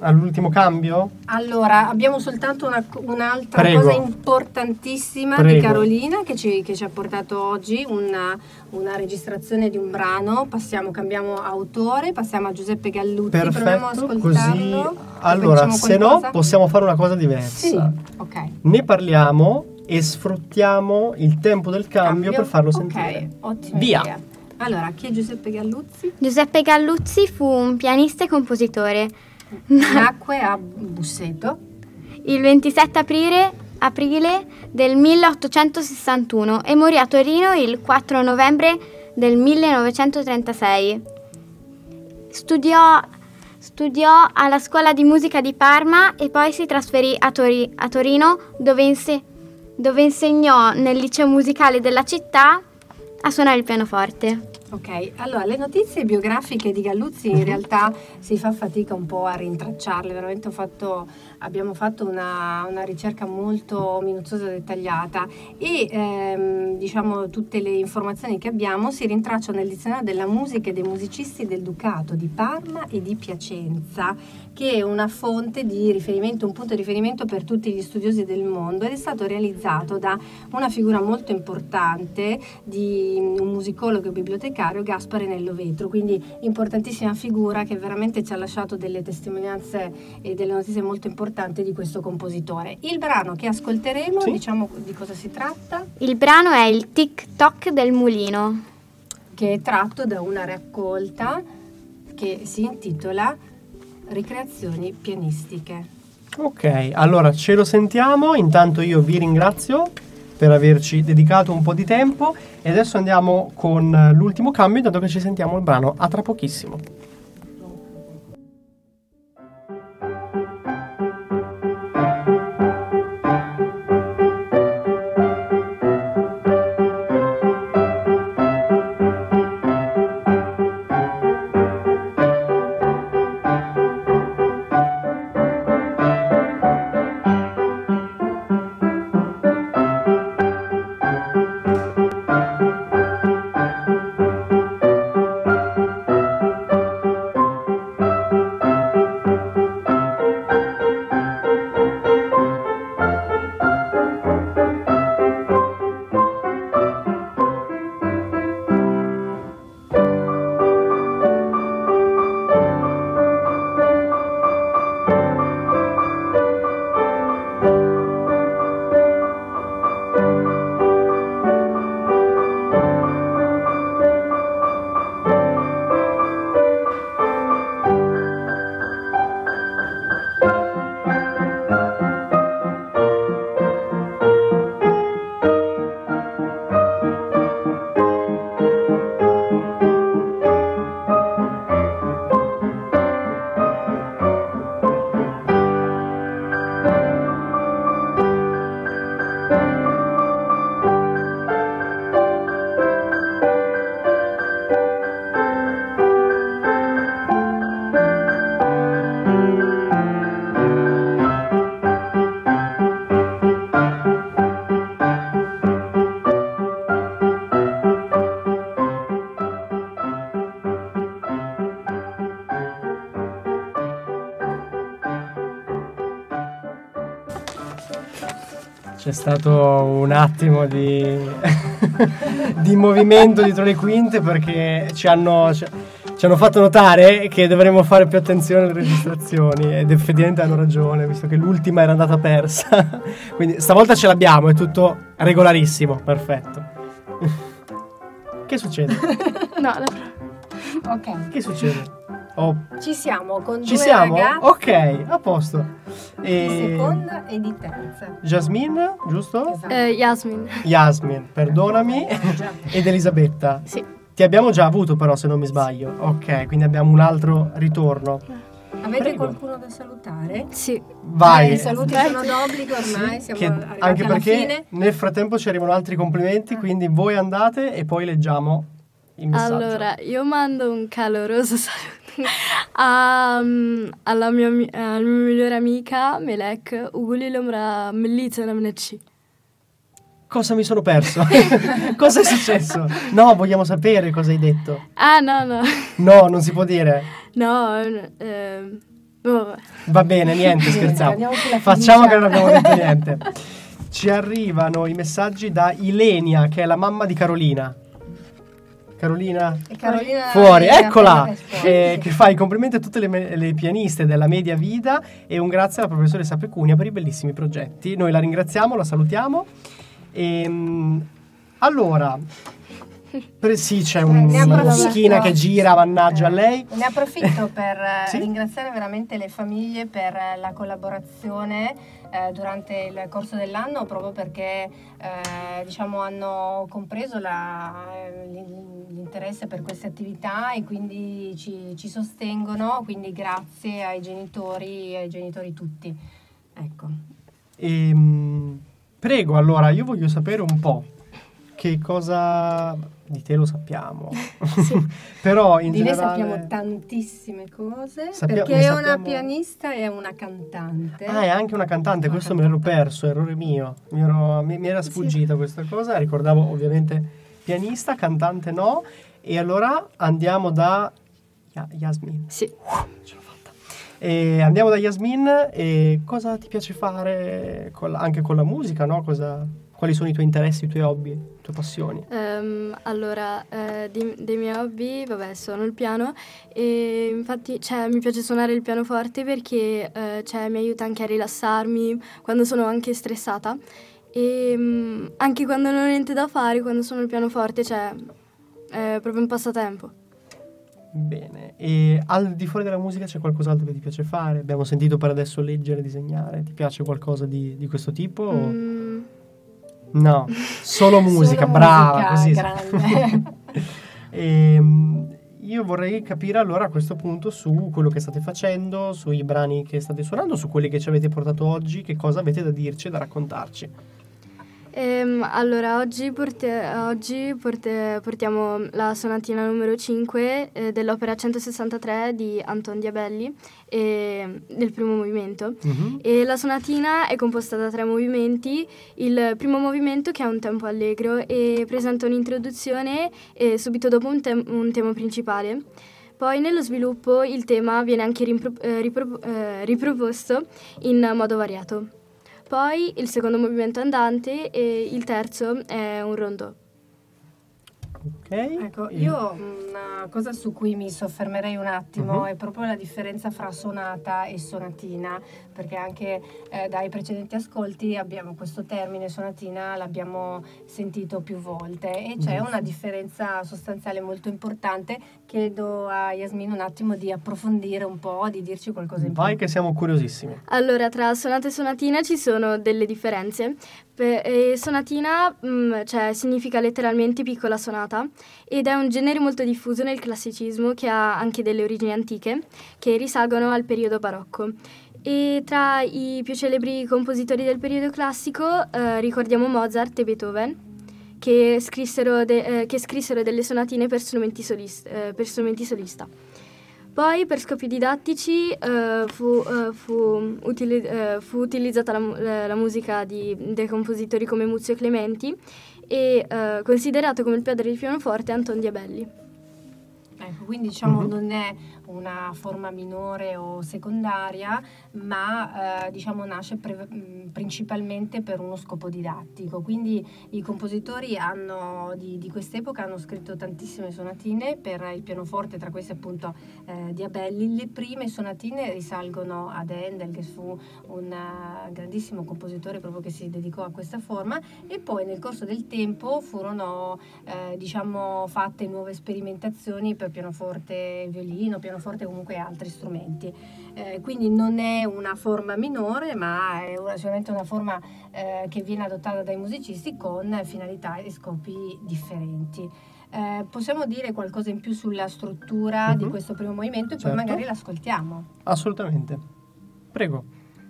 all'ultimo cambio? Allora, abbiamo soltanto una, un'altra Prego. cosa importantissima Prego. di Carolina che ci, che ci ha portato oggi, una, una registrazione di un brano. Passiamo, cambiamo autore, passiamo a Giuseppe Galluzzi. Proviamo ad Perfetto, ascoltarlo. così. Allora, Diciamo se no qualcosa? possiamo fare una cosa diversa. Sì, ok. Ne parliamo e sfruttiamo il tempo del cambio, per farlo Ok, sentire. ottima Via. idea. Allora, chi è Giuseppe Galluzzi? Giuseppe Galluzzi fu un pianista e compositore. Nacque a Busseto. Il ventisette aprile, aprile del milleottocentosessantuno e morì a Torino il quattro novembre del millenovecentotrentasei. Studiò, studiò alla Scuola di Musica di Parma e poi si trasferì a, Tori- a Torino dove, inse- dove insegnò nel liceo musicale della città a suonare il pianoforte. Ok, allora le notizie biografiche di Galluzzi in realtà si fa fatica un po' a rintracciarle, veramente ho fatto, abbiamo fatto una, una ricerca molto minuziosa e dettagliata e ehm, diciamo tutte le informazioni che abbiamo si rintracciano nel dizionario della musica e dei musicisti del Ducato di Parma e di Piacenza, che è una fonte di riferimento, un punto di riferimento per tutti gli studiosi del mondo, ed è stato realizzato da una figura molto importante di un musicologo e bibliotecario, Gaspare Nello Vetro, quindi importantissima figura che veramente ci ha lasciato delle testimonianze e delle notizie molto importanti di questo compositore. Il brano che ascolteremo, Sì. diciamo di cosa si tratta, Il brano è il Tic Toc del mulino. che è tratto da una raccolta che si intitola Ricreazioni pianistiche. Ok, allora ce lo sentiamo. Intanto io vi ringrazio per averci dedicato un po' di tempo e adesso andiamo con l'ultimo cambio, dato che ci sentiamo il brano a tra pochissimo. C'è stato un attimo di, di movimento dietro le quinte perché ci hanno, ci, ci hanno fatto notare che dovremmo fare più attenzione alle registrazioni ed effettivamente hanno ragione, visto che l'ultima era andata persa. Quindi stavolta ce l'abbiamo, è tutto regolarissimo, perfetto. Che succede? No, la... Ok, Che succede? Oh, ci siamo con ci due siamo? ragazze Ok, a posto. di E... seconda e di terza. Jasmine, giusto? Esatto. Eh, Yasmin. Yasmin, perdonami, ed Elisabetta. Sì. Ti abbiamo già avuto però, se non mi sbaglio. Ok, quindi abbiamo un altro ritorno. Avete Prego. qualcuno da salutare? Sì. Vai. Eh, I saluti sono d'obbligo ormai, siamo Che- arrivati anche alla perché fine. nel frattempo ci arrivano altri complimenti, quindi voi andate e poi leggiamo il messaggio. Allora, io mando un caloroso saluto a, um, alla mia, mi- alla mia migliore amica Melek Ugulilum ra Melita Namneci. Cosa mi sono perso? Cosa è successo? No, vogliamo sapere cosa hai detto. Ah, no, no. No, non si può dire. No, eh, Vabbè. Va bene, niente, scherziamo. Andiamo sulla Facciamo fiducia. che non abbiamo detto niente. Ci arrivano i messaggi da Ilenia, che è la mamma di Carolina. Carolina? E Carolina Fuori, è eccola! appena fuori, Eh, sì. che fa i complimenti a tutte le, me- le pianiste della Media Vida e un grazie alla professoressa Pecunia per i bellissimi progetti. Noi la ringraziamo, la salutiamo. E, allora, per, sì, c'è un- Ne una approfitto. moschina che gira, mannaggia a lei. Ne approfitto per eh, Sì? ringraziare veramente le famiglie per eh, la collaborazione eh, durante il corso dell'anno, proprio perché eh, diciamo, hanno compreso la- eh, l'in- l'interesse per queste attività e quindi ci, ci sostengono, quindi grazie ai genitori e ai genitori tutti. Ecco. Ehm, prego, allora, io voglio sapere un po' che cosa di te lo sappiamo. Però in Di me generale sappiamo tantissime cose, Sappia- perché ne è una sappiamo- pianista e una cantante. Ah, è anche una cantante, Una questo me l'ero perso, errore mio. Mi, ero- mi- mi era sfuggita questa cosa, ricordavo ovviamente pianista, cantante no. E allora andiamo da Ya- Yasmin. Sì. Ce l'ho fatta. E andiamo da Yasmin e cosa ti piace fare con la- anche con la musica, no? Cosa, quali sono i tuoi interessi, i tuoi hobby, le tue passioni? Ehm, allora, eh, di- dei miei hobby, vabbè, suono il piano e infatti cioè, mi piace suonare il pianoforte perché eh, cioè, mi aiuta anche a rilassarmi quando sono anche stressata e mm, anche quando non ho niente da fare, quando suono il pianoforte, cioè, è proprio un passatempo. Bene, e al di fuori della musica c'è qualcos'altro che ti piace fare? Abbiamo sentito per adesso leggere, disegnare, ti piace qualcosa di, di questo tipo? o- Mm, No, solo musica, Solo brava, musica, così. grande. Ehm, io vorrei capire allora a questo punto su quello che state facendo, sui brani che state suonando, su quelli che ci avete portato oggi, che cosa avete da dirci e da raccontarci. Ehm, allora, oggi, porte- oggi porte- portiamo la sonatina numero cinque eh, dell'opera centosessantatré di Anton Diabelli e, del primo movimento. Mhm. E la sonatina è composta da tre movimenti. Il primo movimento, che ha un tempo allegro e presenta un'introduzione e subito dopo un, tem- un tema principale. Poi nello sviluppo il tema viene anche rimpro- eh, ripro- eh, riproposto in modo variato. Poi il secondo movimento è andante e il terzo è un rondò. Ok. Ecco, io una cosa su cui mi soffermerei un attimo Mhm. è proprio la differenza fra sonata e sonatina, perché anche eh, dai precedenti ascolti abbiamo questo termine sonatina, l'abbiamo sentito più volte e c'è Giusto. una differenza sostanziale molto importante. Chiedo a Yasmin un attimo di approfondire un po', di dirci qualcosa in più. Vai che siamo curiosissimi. Allora, tra sonata e sonatina ci sono delle differenze. Pe- e sonatina mh, cioè, significa letteralmente piccola sonata ed è un genere molto diffuso nel classicismo che ha anche delle origini antiche che risalgono al periodo barocco. E tra i più celebri compositori del periodo classico eh, ricordiamo Mozart e Beethoven, che scrissero, de- eh, che scrissero delle sonatine per strumenti, solist- eh, per strumenti solista. Poi per scopi didattici eh, fu, eh, fu, utili- eh, fu utilizzata la, mu- la- la musica di, dei compositori come Muzio Clementi e eh, considerato come il padre del pianoforte Anton Diabelli. Ecco, quindi diciamo Mhm. non è una forma minore o secondaria, ma eh, diciamo nasce pre- mh, principalmente per uno scopo didattico. Quindi i compositori hanno, di, di quest'epoca hanno scritto tantissime sonatine per il pianoforte, tra queste appunto eh, Diabelli. Le prime sonatine risalgono ad Handel, che fu un eh, grandissimo compositore proprio che si dedicò a questa forma, e poi nel corso del tempo furono eh, diciamo fatte nuove sperimentazioni per pianoforte, violino, pianoforte, comunque altri strumenti. Eh, quindi non è una forma minore, ma è una, sicuramente una forma eh, che viene adottata dai musicisti con finalità e scopi differenti. Eh, possiamo dire qualcosa in più sulla struttura Mhm. di questo primo movimento e Certo. poi magari l'ascoltiamo. Assolutamente. Prego.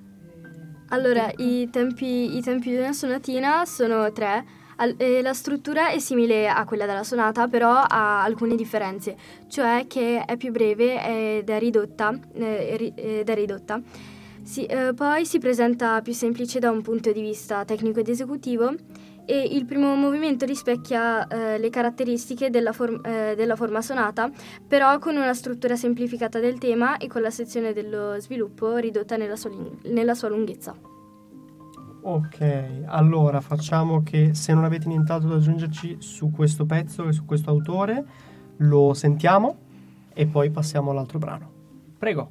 Allora, i tempi, i tempi di una sonatina sono tre. Al- e la struttura è simile a quella della sonata, però ha alcune differenze, cioè che è più breve ed è ridotta. eh, ri- ed è ridotta. Si- eh, poi si presenta più semplice da un punto di vista tecnico ed esecutivo e il primo movimento rispecchia eh, le caratteristiche della, for- eh, della forma sonata, però con una struttura semplificata del tema e con la sezione dello sviluppo ridotta nella sua, ling- nella sua lunghezza. Ok, allora facciamo che se non avete nient'altro da aggiungerci su questo pezzo e su questo autore, lo sentiamo e poi passiamo all'altro brano. Prego.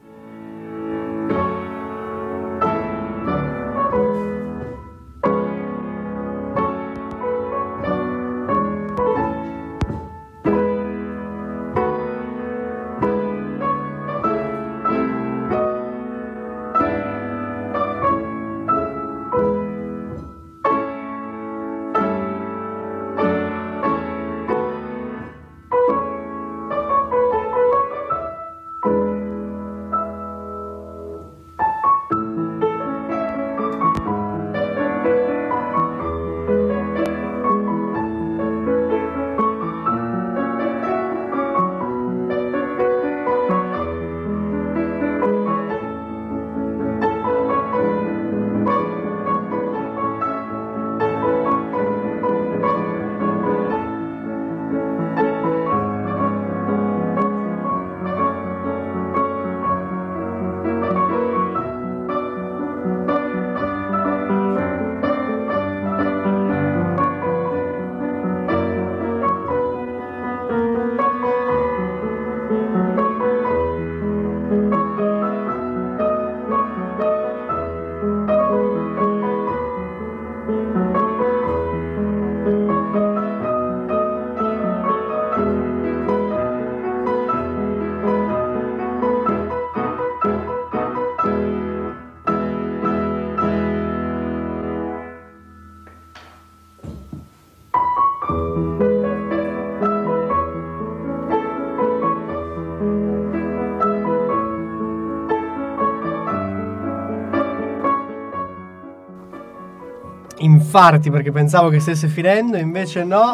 Infarti perché pensavo che stesse finendo, invece no.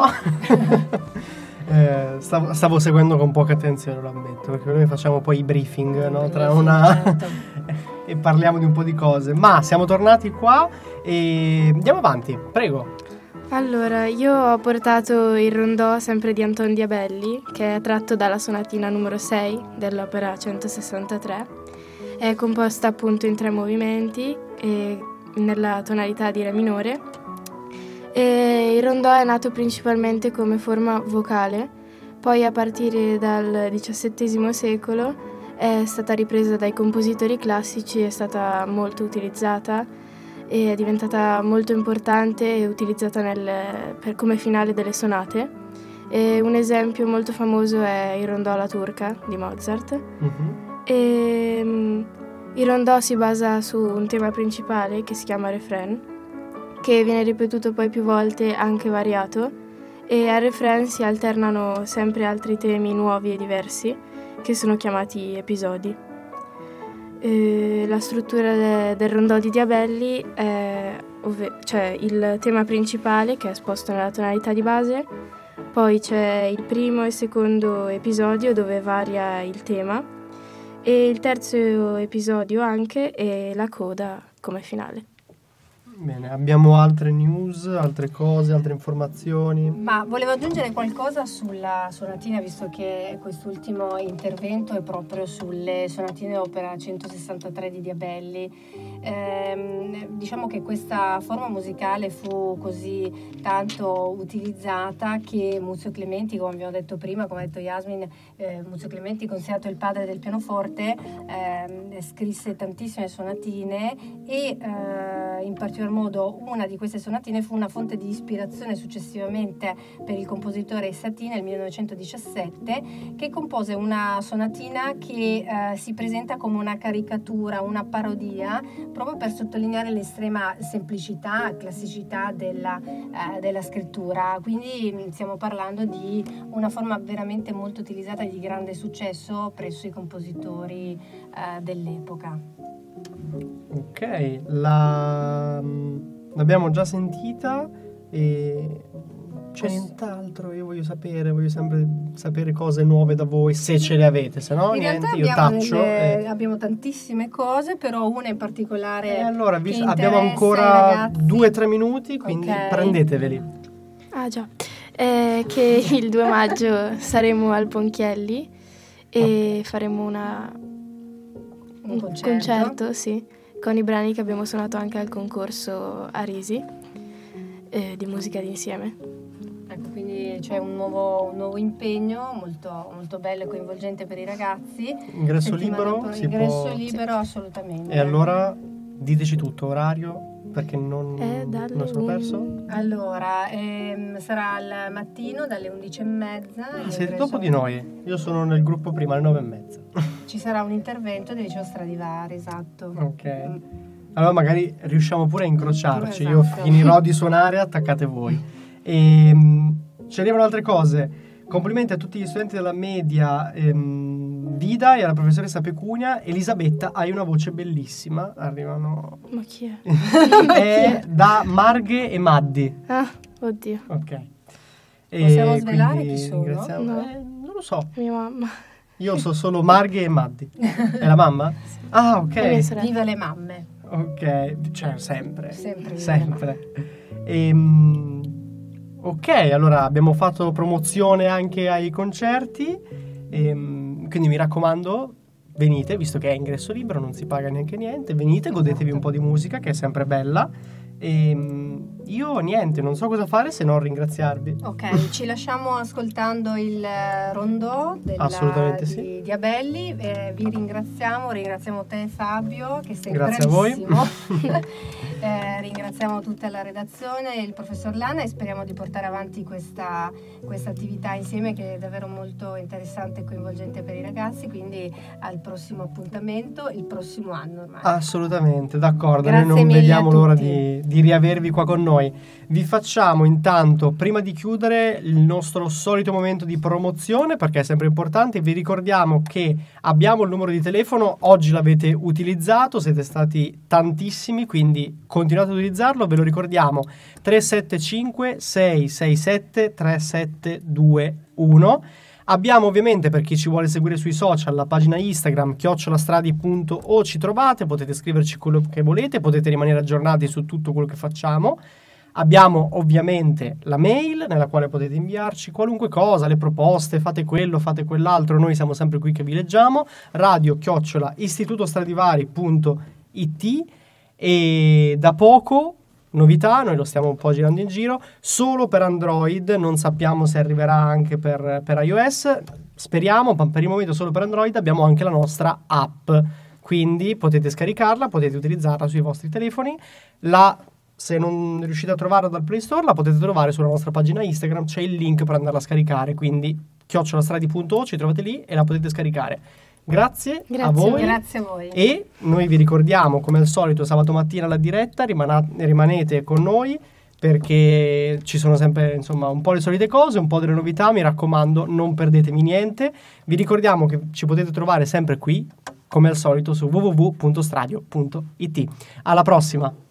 eh, stavo, stavo seguendo con poca attenzione, lo ammetto, perché noi facciamo poi i briefing, no? Tra una certo. E parliamo di un po' di cose. Ma siamo tornati qua e andiamo avanti, prego. Allora, io ho portato il rondò sempre di Anton Diabelli, che è tratto dalla sonatina numero sei dell'opera centosessantatré. È composta appunto in tre movimenti e nella tonalità di Re minore. E il rondò è nato principalmente come forma vocale, poi a partire dal diciassettesimo secolo è stata ripresa dai compositori classici, è stata molto utilizzata e è diventata molto importante e utilizzata nel, per, come finale delle sonate. E un esempio molto famoso è il rondò alla turca di Mozart. Mm-hmm. E, um, il rondò si basa su un tema principale che si chiama refrain, che viene ripetuto poi più volte, anche variato, e al refrain si alternano sempre altri temi nuovi e diversi che sono chiamati episodi. E la struttura de- del rondò di Diabelli è ov- cioè il tema principale, che è esposto nella tonalità di base, poi c'è il primo e il secondo episodio dove varia il tema, e il terzo episodio anche, e la coda come finale. Bene, abbiamo altre news, altre cose, altre informazioni? Ma volevo aggiungere qualcosa sulla sonatina, visto che quest'ultimo intervento è proprio sulle sonatine opera centosessantatré di Diabelli. Ehm, diciamo che questa forma musicale fu così tanto utilizzata che Muzio Clementi, come abbiamo detto prima, come ha detto Yasmin, eh, Muzio Clementi, considerato il padre del pianoforte, eh, scrisse tantissime sonatine e eh, in particolar modo una di queste sonatine fu una fonte di ispirazione successivamente per il compositore Satie nel millenovecentodiciassette, che compose una sonatina che eh, si presenta come una caricatura, una parodia, proprio per sottolineare l'estrema semplicità, classicità della, eh, della scrittura. Quindi stiamo parlando di una forma veramente molto utilizzata e di grande successo presso i compositori eh, dell'epoca. Ok, la, l'abbiamo già sentita e c'è nient'altro, io voglio sapere, voglio sempre sapere cose nuove da voi, se ce le avete, se no in niente, realtà io abbiamo, taccio. delle- e... abbiamo tantissime cose, però una in particolare E allora, che vis- interessa abbiamo ai ancora ragazzi. due o tre minuti, quindi Ok. prendeteveli. Ah già, eh, che il due maggio saremo al Ponchielli e faremo una, Un un concerto. concerto, sì, con i brani che abbiamo suonato anche al concorso a Risi eh, di musica d'insieme. Ecco, quindi c'è un nuovo, un nuovo impegno molto, molto bello e coinvolgente per i ragazzi. Ingresso Settimana libero? pro- Si ingresso può- libero, assolutamente. E allora diteci tutto, orario, perché non Eh, dalle lo sono un- perso. Allora, ehm, sarà al mattino dalle undici e mezza. Ah, il siete ingresso- dopo di noi, io sono nel gruppo prima alle nove e mezza. Ci sarà un intervento del liceo Stradivari, esatto. Ok. Mm. Allora magari riusciamo pure a incrociarci, Esatto. io finirò di suonare, attaccate voi. E, mh, ci arrivano altre cose. Complimenti a tutti gli studenti della media ehm, Vida e alla professoressa Pecunia. Elisabetta, hai una voce bellissima. Arrivano Ma chi è? è da Marghe e Maddi. Ah, oddio, Ok. E Possiamo svelare quindi chi sono? ringraziamo- No. eh, non lo so. mia mamma. Io so solo Marghe e Maddi. È la mamma? Ah, E mia ok. sorella. Viva le mamme. Ok, cioè sempre. Sempre. Sempre. Ehm, ok, allora abbiamo fatto promozione anche ai concerti. ehm, quindi mi raccomando, venite, visto che è ingresso libero, non si paga neanche niente. Venite, godetevi un po' di musica, che è sempre bella. Ehm, io niente, non so cosa fare se non ringraziarvi. Ok, ci lasciamo ascoltando il eh, rondò della, Assolutamente di, sì. di Abelli. Eh, vi ringraziamo, ringraziamo te Fabio che sei Grazie a voi. bravissimo. Eh, ringraziamo tutta la redazione e il professor Lana e speriamo di portare avanti questa, questa attività insieme, che è davvero molto interessante e coinvolgente per i ragazzi. Quindi al prossimo appuntamento, il prossimo anno ormai. Assolutamente, d'accordo. Grazie Noi non mille vediamo a l'ora tutti. di, di riavervi qua con noi. Vi facciamo intanto, prima di chiudere, il nostro solito momento di promozione, perché è sempre importante. Vi ricordiamo che abbiamo il numero di telefono, oggi l'avete utilizzato, siete stati tantissimi, quindi continuate ad utilizzarlo. Ve lo ricordiamo: tre sette cinque sei sei sette tre sette due uno. Abbiamo ovviamente, per chi ci vuole seguire sui social, la pagina Instagram chiocciolastradi punto o, ci trovate, potete scriverci quello che volete, potete rimanere aggiornati su tutto quello che facciamo. Abbiamo ovviamente la mail nella quale potete inviarci qualunque cosa, le proposte, fate quello, fate quell'altro, noi siamo sempre qui che vi leggiamo. Radio chiocciola istitutostradivari punto it. E da poco novità, noi lo stiamo un po' girando in giro, solo per Android, non sappiamo se arriverà anche per, per iOS, speriamo, ma per il momento solo per Android. Abbiamo anche la nostra app, quindi potete scaricarla, potete utilizzarla sui vostri telefoni. La, se non riuscite a trovarla dal Play Store, la potete trovare sulla nostra pagina Instagram, c'è il link per andarla a scaricare, quindi chiocciolastradi punto o, ci trovate lì e la potete scaricare. Grazie, Grazie a voi. Grazie a voi. E noi vi ricordiamo, come al solito, sabato mattina alla diretta, rimana- rimanete con noi, perché ci sono sempre, insomma, un po' le solite cose, un po' delle novità. Mi raccomando, non perdetevi niente. Vi ricordiamo che ci potete trovare sempre qui, come al solito, su w w w punto stradio punto it. Alla prossima!